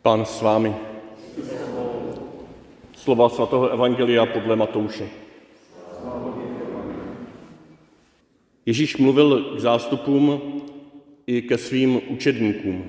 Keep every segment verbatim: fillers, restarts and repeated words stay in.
Pán s vámi. Slova svatého evangelia podle Matouše. Ježíš mluvil k zástupům i ke svým učedníkům.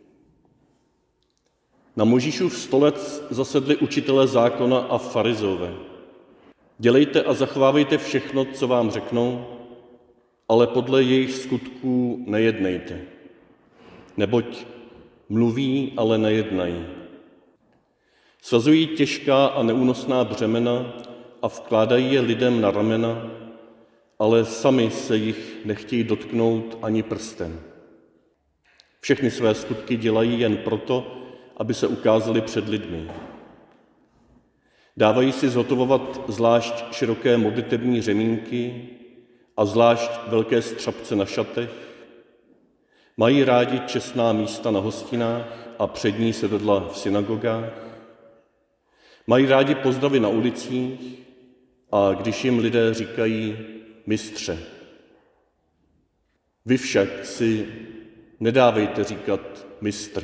Na Mojžíšův stolec zasedli učitelé zákona a farizové. Dělejte a zachovávejte všechno, co vám řeknou, ale podle jejich skutků nejednejte. Neboť mluví, ale nejednají. Svazují těžká a neúnosná břemena a vkládají je lidem na ramena, ale sami se jich nechtějí dotknout ani prstem. Všechny své skutky dělají jen proto, aby se ukázali před lidmi. Dávají si zhotovovat zvlášť široké modlitební řemínky a zvlášť velké střapce na šatech. Mají rádi čestná místa na hostinách a přední sedadla v synagogách. Mají rádi pozdravy na ulicích a když jim lidé říkají mistře. Vy však si nedávejte říkat mistr.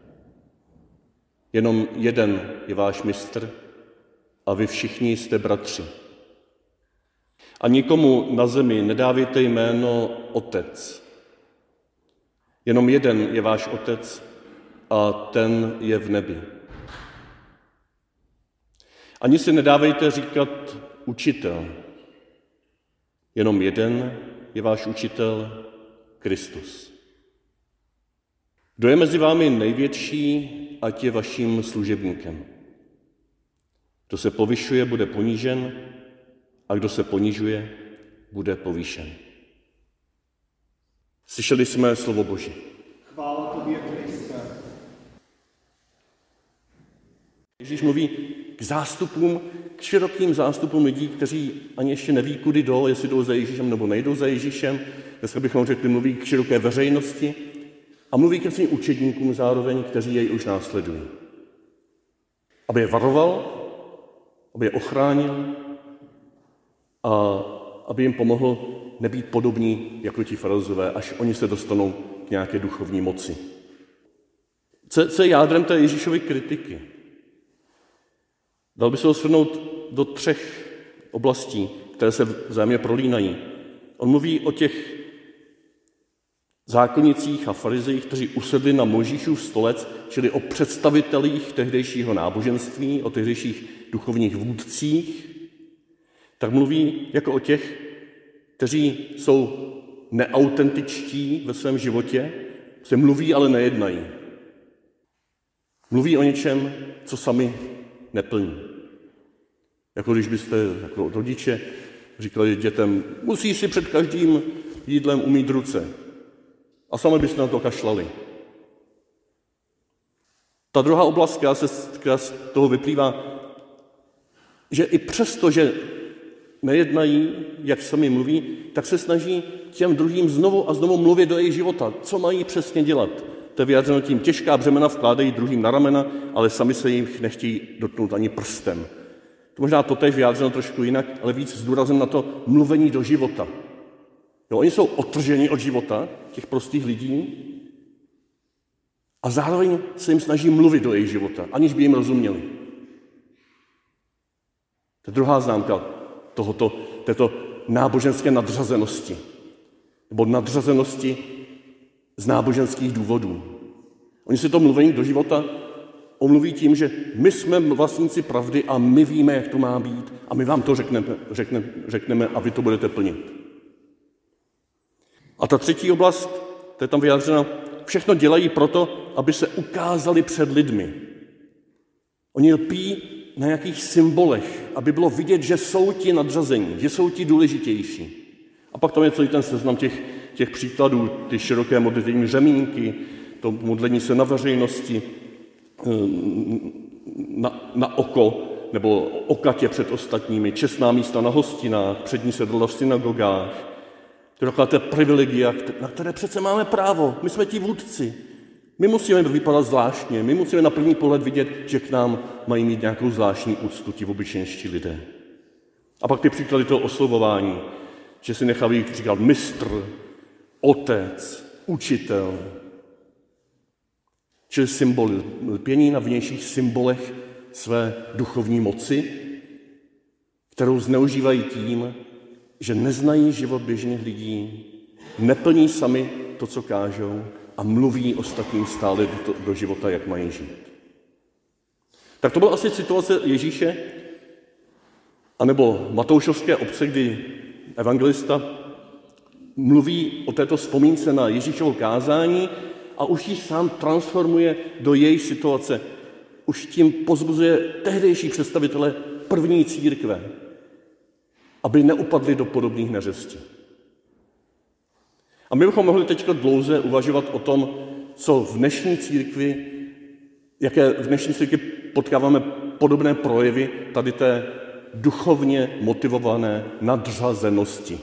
Jenom jeden je váš mistr a vy všichni jste bratři. A nikomu na zemi nedávejte jméno otec. Jenom jeden je váš otec a ten je v nebi. Ani si nedávejte říkat učitel. Jenom jeden je váš učitel, Kristus. Kdo je mezi vámi největší, ať je vaším služebníkem. Kdo se povyšuje, bude ponížen, a kdo se ponižuje, bude povýšen. Slyšeli jsme slovo Boží. Chvála tobě, Kriste. Ježíš mluví k zástupům, k širokým zástupům lidí, kteří ani ještě neví, kudy jdou, jestli jdou za Ježíšem nebo nejdou za Ježíšem. Dneska bychom řekli, mluví k široké veřejnosti a mluví ke svým učedníkům zároveň, kteří jej už následují. Aby je varoval, aby je ochránil a aby jim pomohl nebýt podobní jako ti farizové, až oni se dostanou k nějaké duchovní moci. Co, co je jádrem té Ježíšovy kritiky? Dal by se ho shrnout do třech oblastí, které se vzájemně prolínají. On mluví o těch zákonnicích a farizejích, kteří usedli na Mojžíšův stolec, čili o představitelích tehdejšího náboženství, o tehdejších duchovních vůdcích, tak mluví jako o těch, kteří jsou neautentičtí ve svém životě, se mluví, ale nejednají. Mluví o něčem, co sami neplní. Jako když byste jako rodiče říkali dětem, musí si před každým jídlem umýt ruce. A sami byste na to kašlali. Ta druhá oblast, která, se, která z toho vyplývá, že i přesto, že nejednají, jak sami mluví, tak se snaží těm druhým znovu a znovu mluvit do jejich života. Co mají přesně dělat? To je vyjádřeno tím, těžká břemena vkládají druhým na ramena, ale sami se jich nechtějí dotknout ani prstem. To možná totéž vyjádřeno trošku jinak, ale víc s důrazem na to mluvení do života. Jo, oni jsou odtrženi od života, těch prostých lidí, a zároveň se jim snaží mluvit do jejich života, aniž by jim rozuměli. To je druhá známka tohoto, této náboženské nadřazenosti, nebo nadřazenosti z náboženských důvodů. Oni si to mluvení do života omluví tím, že my jsme vlastníci pravdy a my víme, jak to má být a my vám to řekneme, řekneme, řekneme a vy to budete plnit. A ta třetí oblast, to je tam vyjádřena, všechno dělají proto, aby se ukázali před lidmi. Oni lpí na nějakých symbolech, aby bylo vidět, že jsou ti nadřazení, že jsou ti důležitější. A pak tam je celý ten seznam těch, těch příkladů, ty široké modlitevní řemínky, to modlení se na veřejnosti, na, na oko, nebo okatě před ostatními, čestná místa na hostinách, přední sedadla v synagogách. To je takové privilegia, na které přece máme právo. My jsme ti vůdci. My musíme vypadat zvláštně. My musíme na první pohled vidět, že k nám mají mít nějakou zvláštní úctu ti obyčejnští lidé. A pak ty příklady toho oslovování, že si nechají říkat mistr, otec, učitel. čili symbol lpění na vnějších symbolech své duchovní moci, kterou zneužívají tím, že neznají život běžných lidí, neplní sami to, co kážou a mluví ostatním stále do, do života, jak mají žít. Tak to byla asi situace Ježíše, anebo Matoušovské obce, kdy evangelista mluví o této vzpomínce na Ježíšovo kázání a už ji sám transformuje do její situace. Už tím pozbuzuje tehdejší představitele první církve, aby neupadli do podobných neřestí. A my bychom mohli teď dlouze uvažovat o tom, co v dnešní církvi, jaké v dnešní církvi potkáváme podobné projevy tady té duchovně motivované nadřazenosti.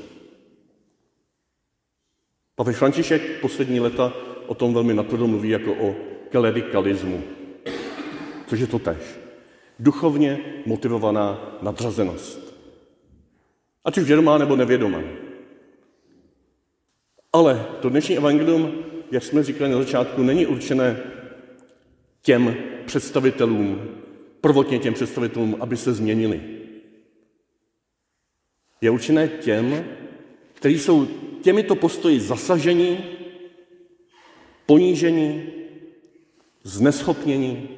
Papež František poslední léta o tom velmi natvrdo mluví jako o klerikalismu, což je to též. Duchovně motivovaná nadřazenost. Ať už vědomá nebo nevědomá. Ale to dnešní evangelium, jak jsme říkali na začátku, není určené těm představitelům, prvotně těm představitelům, aby se změnili. Je určené těm, kteří jsou těmito postoji zasaženi, poníženi, zneschopněni.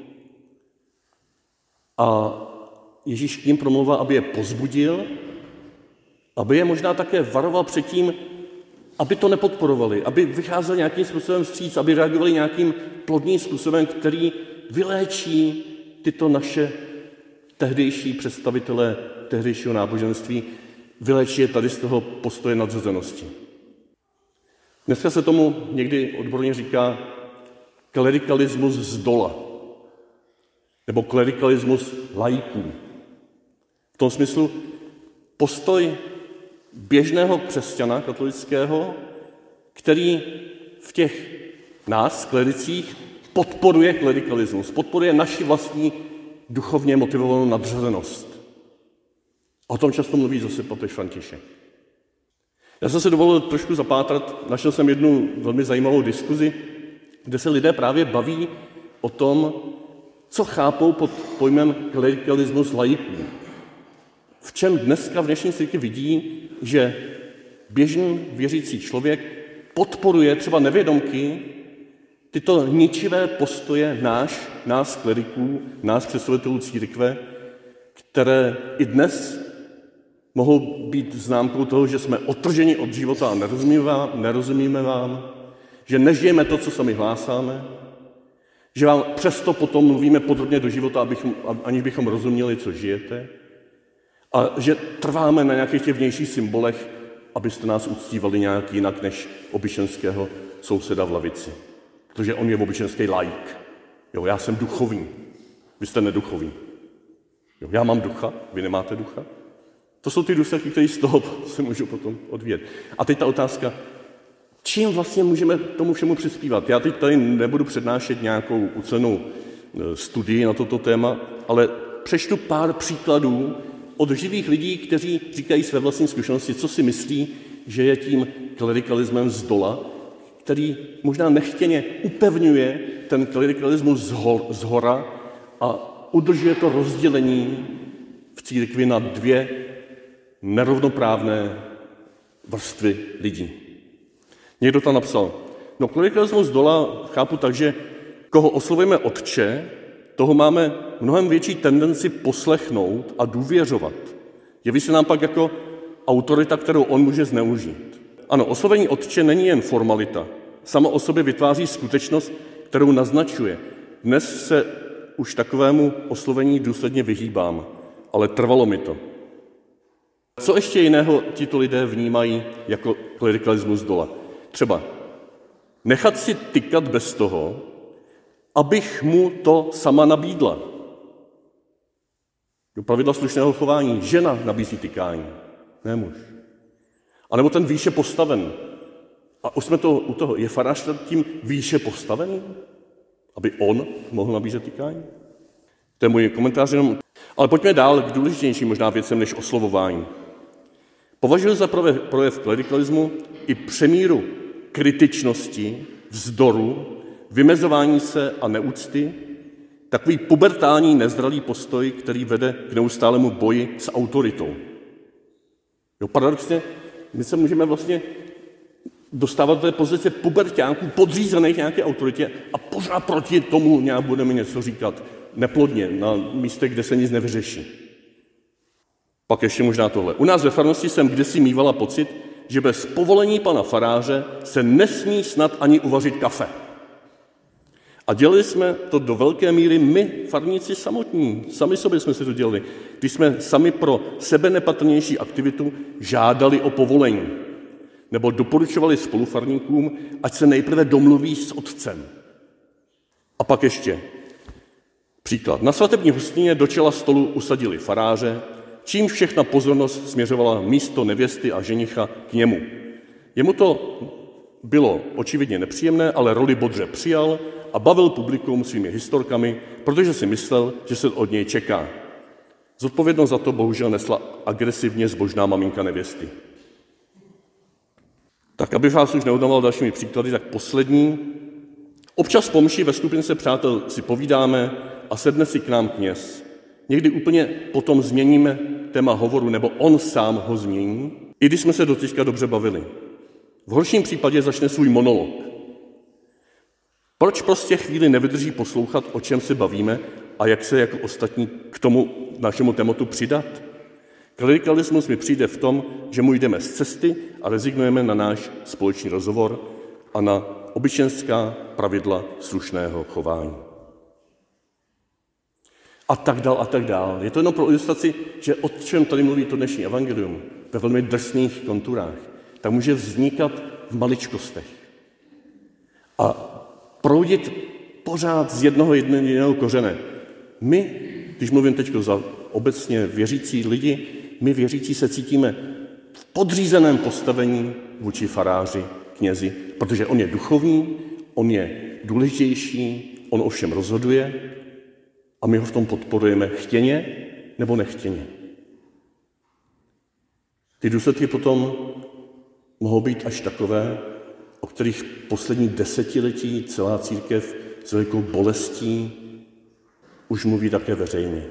A Ježíš k ním promluvá, aby je pozbudil, aby je možná také varoval před tím, aby to nepodporovali, aby vycházeli nějakým způsobem vstříc, aby reagovali nějakým plodným způsobem, který vyléčí tyto naše tehdejší představitele tehdejšího náboženství, vyléčí je tady z toho postoje nadřazenosti. Dneska se tomu někdy odborně říká klerikalismus zdola, nebo klerikalismus laiků. V tom smyslu postoj běžného křesťana katolického, který v těch nás, klericích, podporuje klerikalismus, podporuje naši vlastní duchovně motivovanou nadřazenost. O tom často mluví zase papež František. Já jsem se dovolil trošku zapátrat, našel jsem jednu velmi zajímavou diskuzi, kde se lidé právě baví o tom, co chápou pod pojmem klerikalismus laiků. V čem dneska v dnešní církvi vidí, že běžný věřící člověk podporuje třeba nevědomky tyto ničivé postoje náš, nás kleriků, nás představitelů církve, které i dnes mohou být známkou toho, že jsme odtrženi od života a nerozumíme vám, nerozumíme vám, že nežijeme to, co sami hlásáme, že vám přesto potom mluvíme podrobně do života, abychom, aniž bychom rozuměli, co žijete, a že trváme na nějakých těch vnějších symbolech, abyste nás uctívali nějak jinak než obyčejného souseda v lavici. Protože on je obyčejný laik. Jo, já jsem duchovní, vy jste neduchovní. Jo, já mám ducha, vy nemáte ducha. To jsou ty důsledky, které z toho se můžou potom odvíjet. A teď ta otázka, čím vlastně můžeme tomu všemu přispívat? Já teď tady nebudu přednášet nějakou ucelenou studii na toto téma, ale přečtu pár příkladů od živých lidí, kteří říkají své vlastní zkušenosti, co si myslí, že je tím klerikalismem zdola, který možná nechtěně upevňuje ten klerikalismus zhora a udržuje to rozdělení v církvi na dvě nerovnoprávné vrstvy lidí. Někdo tam napsal, no klerikalismus zdola chápu tak, že koho oslovujeme otče, toho máme mnohem větší tendenci poslechnout a důvěřovat. Jeví se nám pak jako autorita, kterou on může zneužít. Ano, oslovení otče není jen formalita. Samo o sobě vytváří skutečnost, kterou naznačuje. Dnes se už takovému oslovení důsledně vyhýbám, ale trvalo mi to. Co ještě jiného tito lidé vnímají jako klerikalismus dola? Třeba nechat si tykat bez toho, abych mu to sama nabídla. Do pravidla slušného chování žena nabízí tykání, ne muž. A nebo ten výše postaven. A už jsme to u toho. Je farář tím výše postavený? Aby on mohl nabízet tykání? To je můj komentář jenom. Ale pojďme dál k důležitějším možná věcem než oslovování. Považuji za projev, projev klerikalismu i přemíru kritičnosti, vzdoru vymezování se a neúcty, takový pubertální nezralý postoj, který vede k neustálému boji s autoritou. Jo, paradoxně, my se můžeme vlastně dostávat do té pozice puberťáků podřízených nějaké autoritě a pořád proti tomu nějak budeme něco říkat neplodně na místech, kde se nic nevyřeší. Pak ještě možná tohle. U nás ve farnosti jsem kdysi mývala pocit, že bez povolení pana faráře se nesmí snad ani uvařit kafe. A dělali jsme to do velké míry my, farníci samotní. Sami sobě jsme si to dělali. Když jsme sami pro sebe nepatrnější aktivitu žádali o povolení. Nebo doporučovali spolufarníkům, ať se nejprve domluví s otcem. A pak ještě příklad. Na svatební hostině do čela stolu usadili faráře, čímž všechna pozornost směřovala místo nevěsty a ženicha k němu. Jemu to bylo očividně nepříjemné, ale roli bodře přijal a bavil publikum svými historkami, protože si myslel, že se od něj čeká. Zodpovědnost za to bohužel nesla agresivně zbožná maminka nevěsty. Tak abych vás už neudával dalšími příklady, tak poslední. Občas po mši ve skupince přátel si povídáme a sedne si k nám kněz. Někdy úplně potom změníme téma hovoru, nebo on sám ho změní, i když jsme se doteďka dobře bavili. V horším případě začne svůj monolog. Proč prostě chvíli nevydrží poslouchat, o čem se bavíme a jak se jako ostatní k tomu našemu tématu přidat? Klerikalismus mi přijde v tom, že mu jdeme z cesty a rezignujeme na náš společný rozhovor a na obyčejnská pravidla slušného chování. A tak dál, a tak dál. Je to jenom pro ilustraci, že o čem tady mluví to dnešní evangelium, ve velmi drsných konturách, tak může vznikat v maličkostech. A proudit pořád z jednoho jediného kořene. My, když mluvím teď za obecně věřící lidi, my věřící se cítíme v podřízeném postavení vůči faráři, knězi, protože on je duchovní, on je důležitější, on o všem rozhoduje a my ho v tom podporujeme chtěně nebo nechtěně. Ty důsledky potom mohou být až takové, o kterých poslední desetiletí celá církev s velikou bolestí už mluví také veřejně.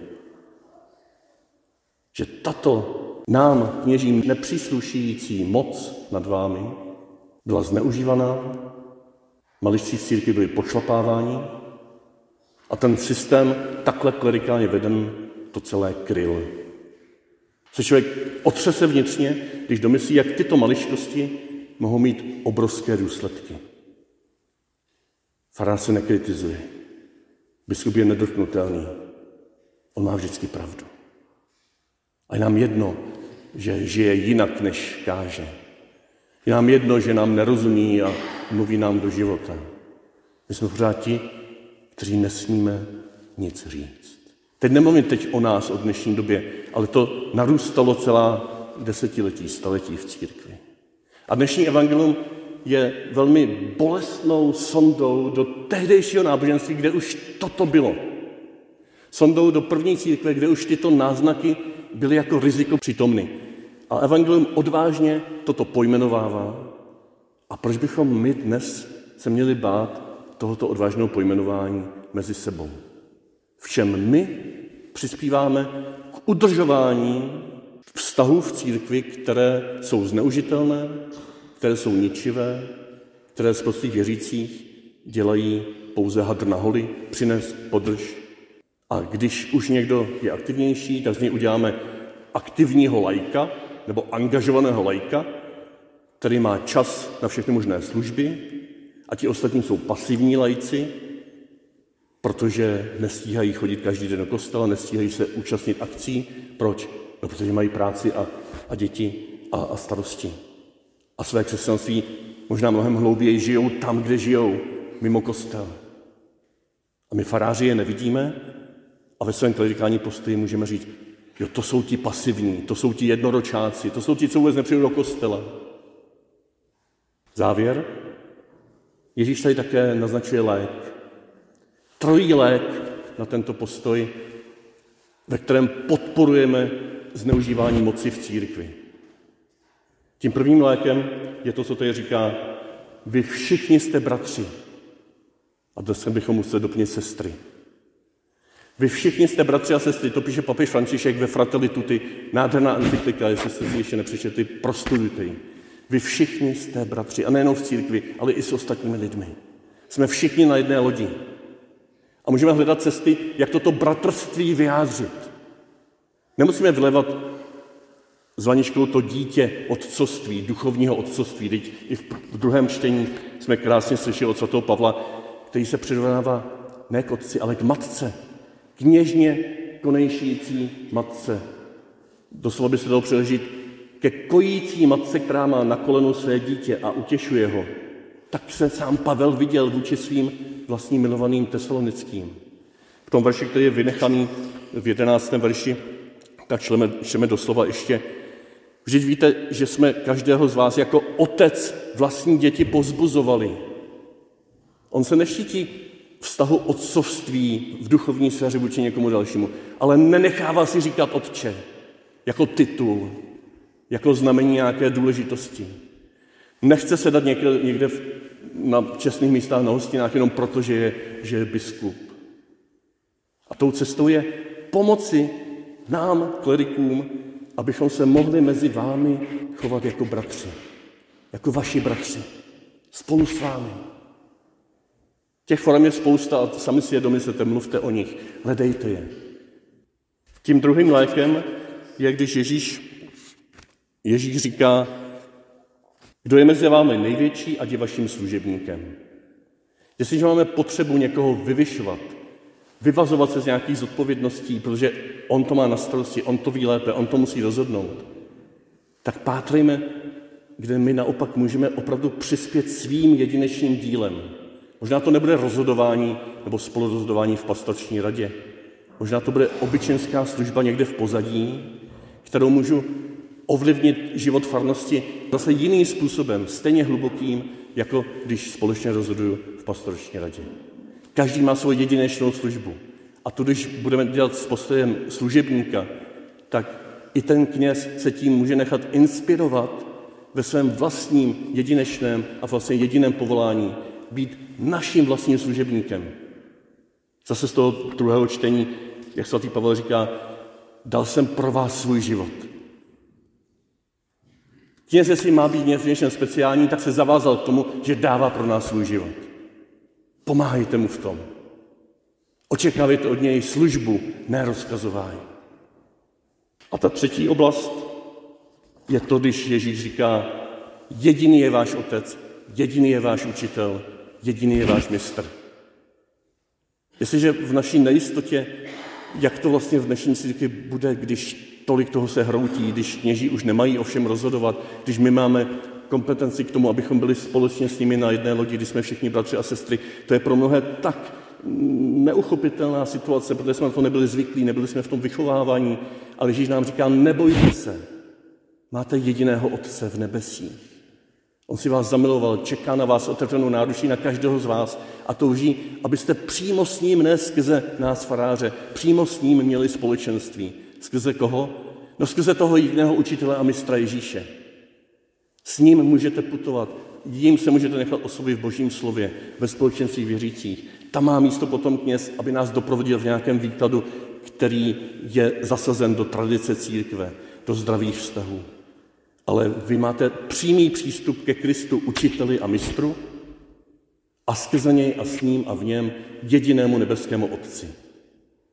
Že tato nám, kněžím, nepříslušující moc nad vámi byla zneužívaná, maličcí v církvi byli pošlapáváni a ten systém takhle klerikálně veden to celé kryl. Se člověk otřese vnitřně, když domyslí, jak tyto maličkosti mohou mít obrovské důsledky. Farář se nekritizuje. Biskup je nedotknutelný. On má vždycky pravdu. A je nám jedno, že žije jinak, než káže. Je nám jedno, že nám nerozumí a mluví nám do života. My jsme pořád ti, kteří nesmíme nic říct. Teď nemluvím teď o nás, o dnešní době, ale to narůstalo celá desetiletí, staletí v církvi. A dnešní evangelium je velmi bolestnou sondou do tehdejšího náboženství, kde už toto bylo. Sondou do první církve, kde už tyto náznaky byly jako riziko přítomny. A evangelium odvážně toto pojmenovává. A proč bychom my dnes se měli bát tohoto odvážného pojmenování mezi sebou? V čem my přispíváme k udržování vztahů v církvi, které jsou zneužitelné, které jsou ničivé, které z prostých věřících dělají pouze hadr na holi, přines, podrž. A když už někdo je aktivnější, tak z něj uděláme aktivního laika nebo angažovaného laika, který má čas na všechny možné služby a ti ostatní jsou pasivní laici, protože nestíhají chodit každý den do kostela, nestíhají se účastnit akcí. Proč? No, protože mají práci a, a děti a, a starosti. A své křesťanství možná mnohem hlouběji žijou tam, kde žijou, mimo kostel. A my faráři je nevidíme a ve svém klerikální postoji můžeme říct, jo, to jsou ti pasivní, to jsou ti jednoročáci, to jsou ti, co vůbec nepřijdou do kostela. Závěr. Ježíš tady také naznačuje lék. Trojí lék na tento postoj, ve kterém podporujeme zneužívání moci v církvi. Tím prvním lékem je to, co tady říká, vy všichni jste bratři. A dnes bychom museli doplnit sestry. Vy všichni jste bratři a sestry, to píše papež František ve Fratelli Tutti, nádherná encyklika, jestli jste si ještě nepřečetli, prostudujte ji. Vy všichni jste bratři, a nejenom v církvi, ale i s ostatními lidmi. Jsme všichni na jedné lodi. A můžeme hledat cesty, jak toto bratrství vyjádřit. Nemusíme vylevat s Vaničkou to dítě otcovství, duchovního otcovství. Teď i v druhém čtení jsme krásně slyšeli od svatého Pavla, který se přirovnává ne k otci, ale k matce. K něžně konejšící matce. Doslova by se dalo přeložit ke kojící matce, která má na kolenu své dítě a utěšuje ho. Tak se sám Pavel viděl vůči svým vlastním milovaným tesalonickým. V tom verši, který je vynechaný v jedenáctém verši, tak čteme, čteme doslova ještě. Vždyť víte, že jsme každého z vás jako otec vlastní děti povzbuzovali. On se neštítí vztahu otcovství v duchovní sféře vůči někomu dalšímu, ale nenechává si říkat otče jako titul, jako znamení nějaké důležitosti. Nechce se dát někde, někde v, na čestných místách na hostinách jenom proto, že je, že je biskup. A tou cestou je pomoci nám, klerikům, abychom se mohli mezi vámi chovat jako bratři, jako vaši bratři, spolu s vámi. Těch forem je spousta a sami si je domyslete, mluvte o nich, hledejte je. Tím druhým lékem je, když Ježíš, Ježíš říká, kdo je mezi vámi největší, ať je vaším služebníkem. Jestliže máme potřebu někoho vyvyšovat, vyvazovat se z nějakých zodpovědností, protože on to má na starosti, on to ví lépe, on to musí rozhodnout, tak pátrejme, kde my naopak můžeme opravdu přispět svým jedinečným dílem. Možná to nebude rozhodování nebo spolurozhodování v pastorační radě. Možná to bude obyčejnská služba někde v pozadí, kterou můžu ovlivnit život farnosti zase jiným způsobem, stejně hlubokým, jako když společně rozhoduju v pastorační radě. Každý má svou jedinečnou službu. A to, když budeme dělat s postojem služebníka, tak i ten kněz se tím může nechat inspirovat ve svém vlastním jedinečném a vlastně jediném povolání být naším vlastním služebníkem. Zase z toho druhého čtení, jak svatý Pavel říká, dal jsem pro vás svůj život. Kněz, jestli má být v něčem speciální, tak se zavázal k tomu, že dává pro nás svůj život. Pomáhejte mu v tom. Očekávejte od něj službu, ne rozkazování. A ta třetí oblast je to, když Ježíš říká, jediný je váš otec, jediný je váš učitel, jediný je váš mistr. Jestliže v naší nejistotě, jak to vlastně v dnešní církvi bude, když tolik toho se hroutí, když kněží už nemají o všem rozhodovat, když my máme kompetenci k tomu, abychom byli společně s nimi na jedné lodi, když jsme všichni bratři a sestry, to je pro mnohé tak neuchopitelná situace, protože jsme na to nebyli zvyklí, nebyli jsme v tom vychovávání, ale Ježíš nám říká, nebojte se, máte jediného Otce v nebesích. On si vás zamiloval, čeká na vás otevřenou náručí na každého z vás a touží, abyste přímo s ním, ne skrze nás faráře, přímo s ním měli společenství. Skrze koho? No skrze toho jediného učitele a mistra Ježíše. S ním můžete putovat, jím se můžete nechat oslovit v Božím slově, ve společenství věřících. Tam má místo potom kněz, aby nás doprovodil v nějakém výkladu, který je zasazen do tradice církve, do zdravých vztahů. Ale vy máte přímý přístup ke Kristu, učiteli a mistru a skrze něj a s ním a v něm jedinému nebeskému Otci.